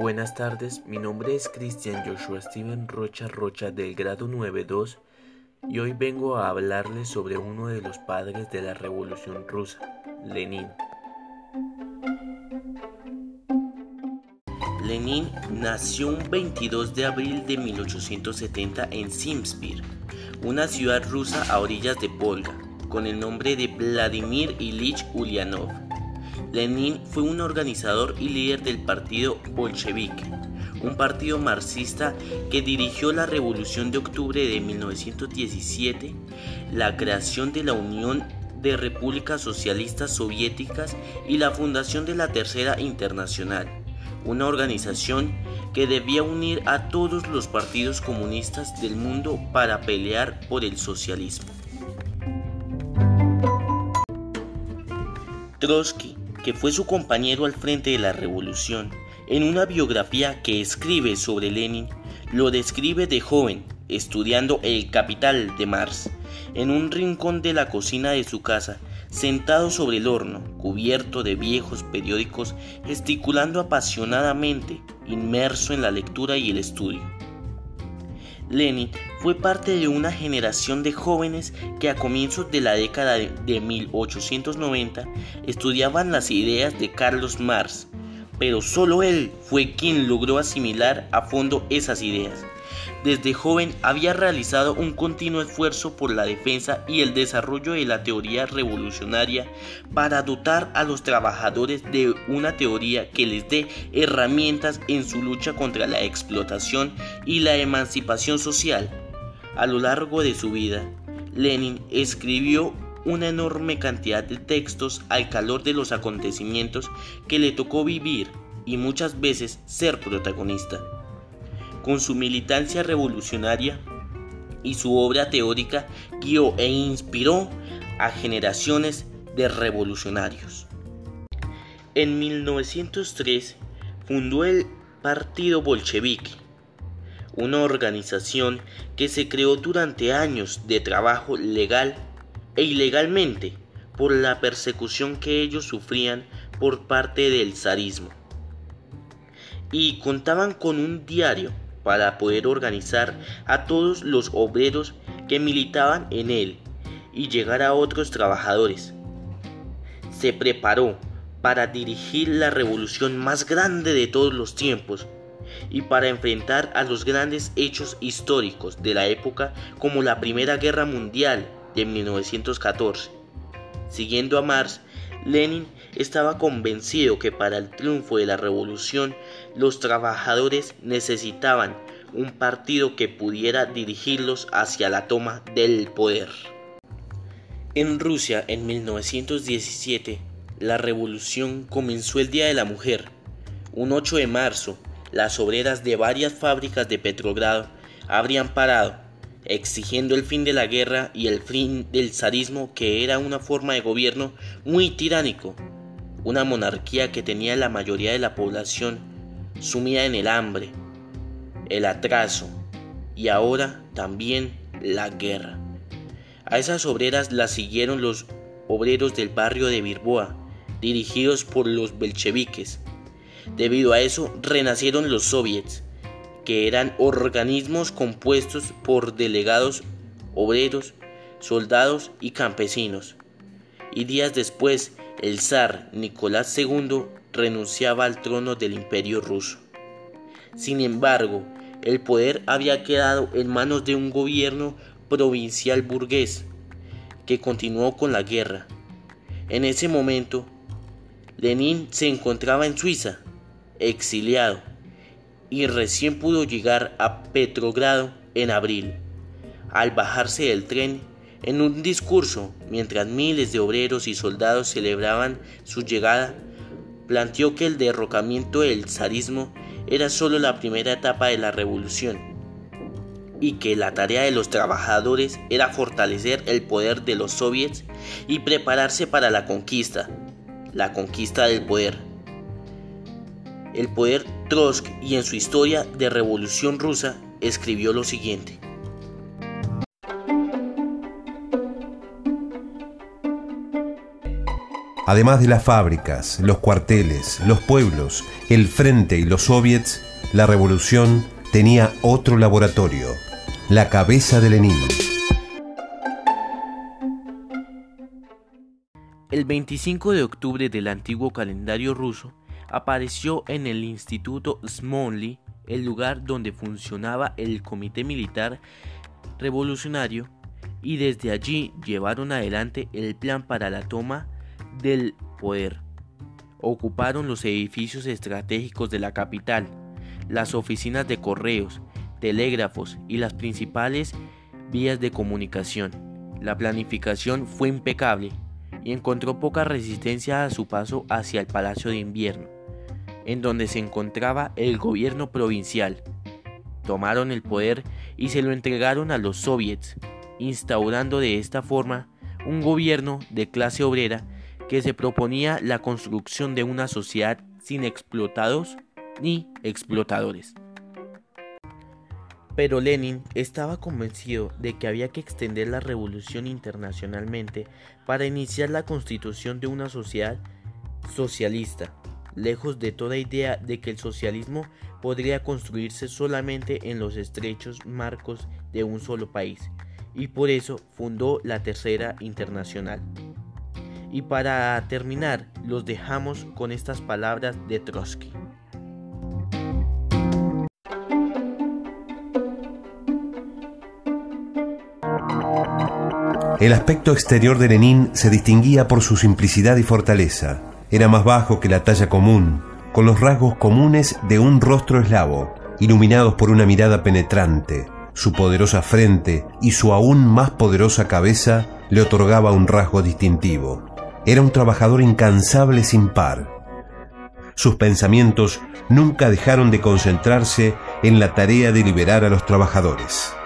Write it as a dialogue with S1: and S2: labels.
S1: Buenas tardes, mi nombre es Cristian Joshua Steven Rocha Rocha del grado 9.2 y hoy vengo a hablarles sobre uno de los padres de la Revolución Rusa, Lenin. Lenin nació un 22 de abril de 1870 en Simsir, una ciudad rusa a orillas de Volga, con el nombre de Vladimir Ilich Ulyanov. Lenin fue un organizador y líder del partido bolchevique, un partido marxista que dirigió la Revolución de Octubre de 1917, la creación de la Unión de Repúblicas Socialistas Soviéticas y la fundación de la Tercera Internacional, una organización que debía unir a todos los partidos comunistas del mundo para pelear por el socialismo. Trotsky, que fue su compañero al frente de la revolución, en una biografía que escribe sobre Lenin, lo describe de joven, estudiando El Capital de Marx, en un rincón de la cocina de su casa, sentado sobre el horno, cubierto de viejos periódicos, gesticulando apasionadamente, inmerso en la lectura y el estudio. Lenin fue parte de una generación de jóvenes que a comienzos de la década de 1890 estudiaban las ideas de Carlos Marx, pero solo él fue quien logró asimilar a fondo esas ideas. Desde joven había realizado un continuo esfuerzo por la defensa y el desarrollo de la teoría revolucionaria para dotar a los trabajadores de una teoría que les dé herramientas en su lucha contra la explotación y la emancipación social. A lo largo de su vida, Lenin escribió una enorme cantidad de textos al calor de los acontecimientos que le tocó vivir y muchas veces ser protagonista. Con su militancia revolucionaria y su obra teórica guió e inspiró a generaciones de revolucionarios. En 1903 fundó el Partido Bolchevique, una organización que se creó durante años de trabajo legal e ilegalmente por la persecución que ellos sufrían por parte del zarismo, y contaban con un diario para poder organizar a todos los obreros que militaban en él y llegar a otros trabajadores. Se preparó para dirigir la revolución más grande de todos los tiempos y para enfrentar a los grandes hechos históricos de la época, como la Primera Guerra Mundial de 1914. Siguiendo a Marx, Lenin estaba convencido que para el triunfo de la revolución los trabajadores necesitaban un partido que pudiera dirigirlos hacia la toma del poder. En Rusia, en 1917, la revolución comenzó el Día de la Mujer. Un 8 de marzo, las obreras de varias fábricas de Petrogrado habrían parado, exigiendo el fin de la guerra y el fin del zarismo, que era una forma de gobierno muy tiránico, una monarquía que tenía la mayoría de la población sumida en el hambre, el atraso y ahora también la guerra. A esas obreras las siguieron los obreros del barrio de Birboa, dirigidos por los bolcheviques. Debido a eso renacieron los soviets, que eran organismos compuestos por delegados obreros, soldados y campesinos. Y días después, el zar Nicolás II renunciaba al trono del Imperio ruso. Sin embargo, el poder había quedado en manos de un gobierno provincial burgués, que continuó con la guerra. En ese momento, Lenin se encontraba en Suiza, exiliado, y recién pudo llegar a Petrogrado en abril. Al bajarse del tren, en un discurso, mientras miles de obreros y soldados celebraban su llegada, planteó que el derrocamiento del zarismo era solo la primera etapa de la revolución y que la tarea de los trabajadores era fortalecer el poder de los soviets y prepararse para la conquista del poder. El poder Trotsky, y en su historia de Revolución Rusa, escribió lo siguiente:
S2: Además de las fábricas, los cuarteles, los pueblos, el frente y los soviets, la revolución tenía otro laboratorio, la cabeza de Lenin.
S1: El 25 de octubre del antiguo calendario ruso apareció en el Instituto Smolny, el lugar donde funcionaba el Comité Militar Revolucionario, y desde allí llevaron adelante el plan para la toma del poder. Ocuparon los edificios estratégicos de la capital, las oficinas de correos, telégrafos y las principales vías de comunicación. La planificación fue impecable y encontró poca resistencia a su paso hacia el Palacio de Invierno, en donde se encontraba el gobierno provincial. Tomaron el poder y se lo entregaron a los soviets, instaurando de esta forma un gobierno de clase obrera que se proponía la construcción de una sociedad sin explotados ni explotadores. Pero Lenin estaba convencido de que había que extender la revolución internacionalmente para iniciar la constitución de una sociedad socialista, lejos de toda idea de que el socialismo podría construirse solamente en los estrechos marcos de un solo país, y por eso fundó la Tercera Internacional. Y para terminar, los dejamos con estas palabras de Trotsky.
S2: El aspecto exterior de Lenin se distinguía por su simplicidad y fortaleza. Era más bajo que la talla común, con los rasgos comunes de un rostro eslavo, iluminados por una mirada penetrante. Su poderosa frente y su aún más poderosa cabeza le otorgaba un rasgo distintivo. Era un trabajador incansable sin par. Sus pensamientos nunca dejaron de concentrarse en la tarea de liberar a los trabajadores.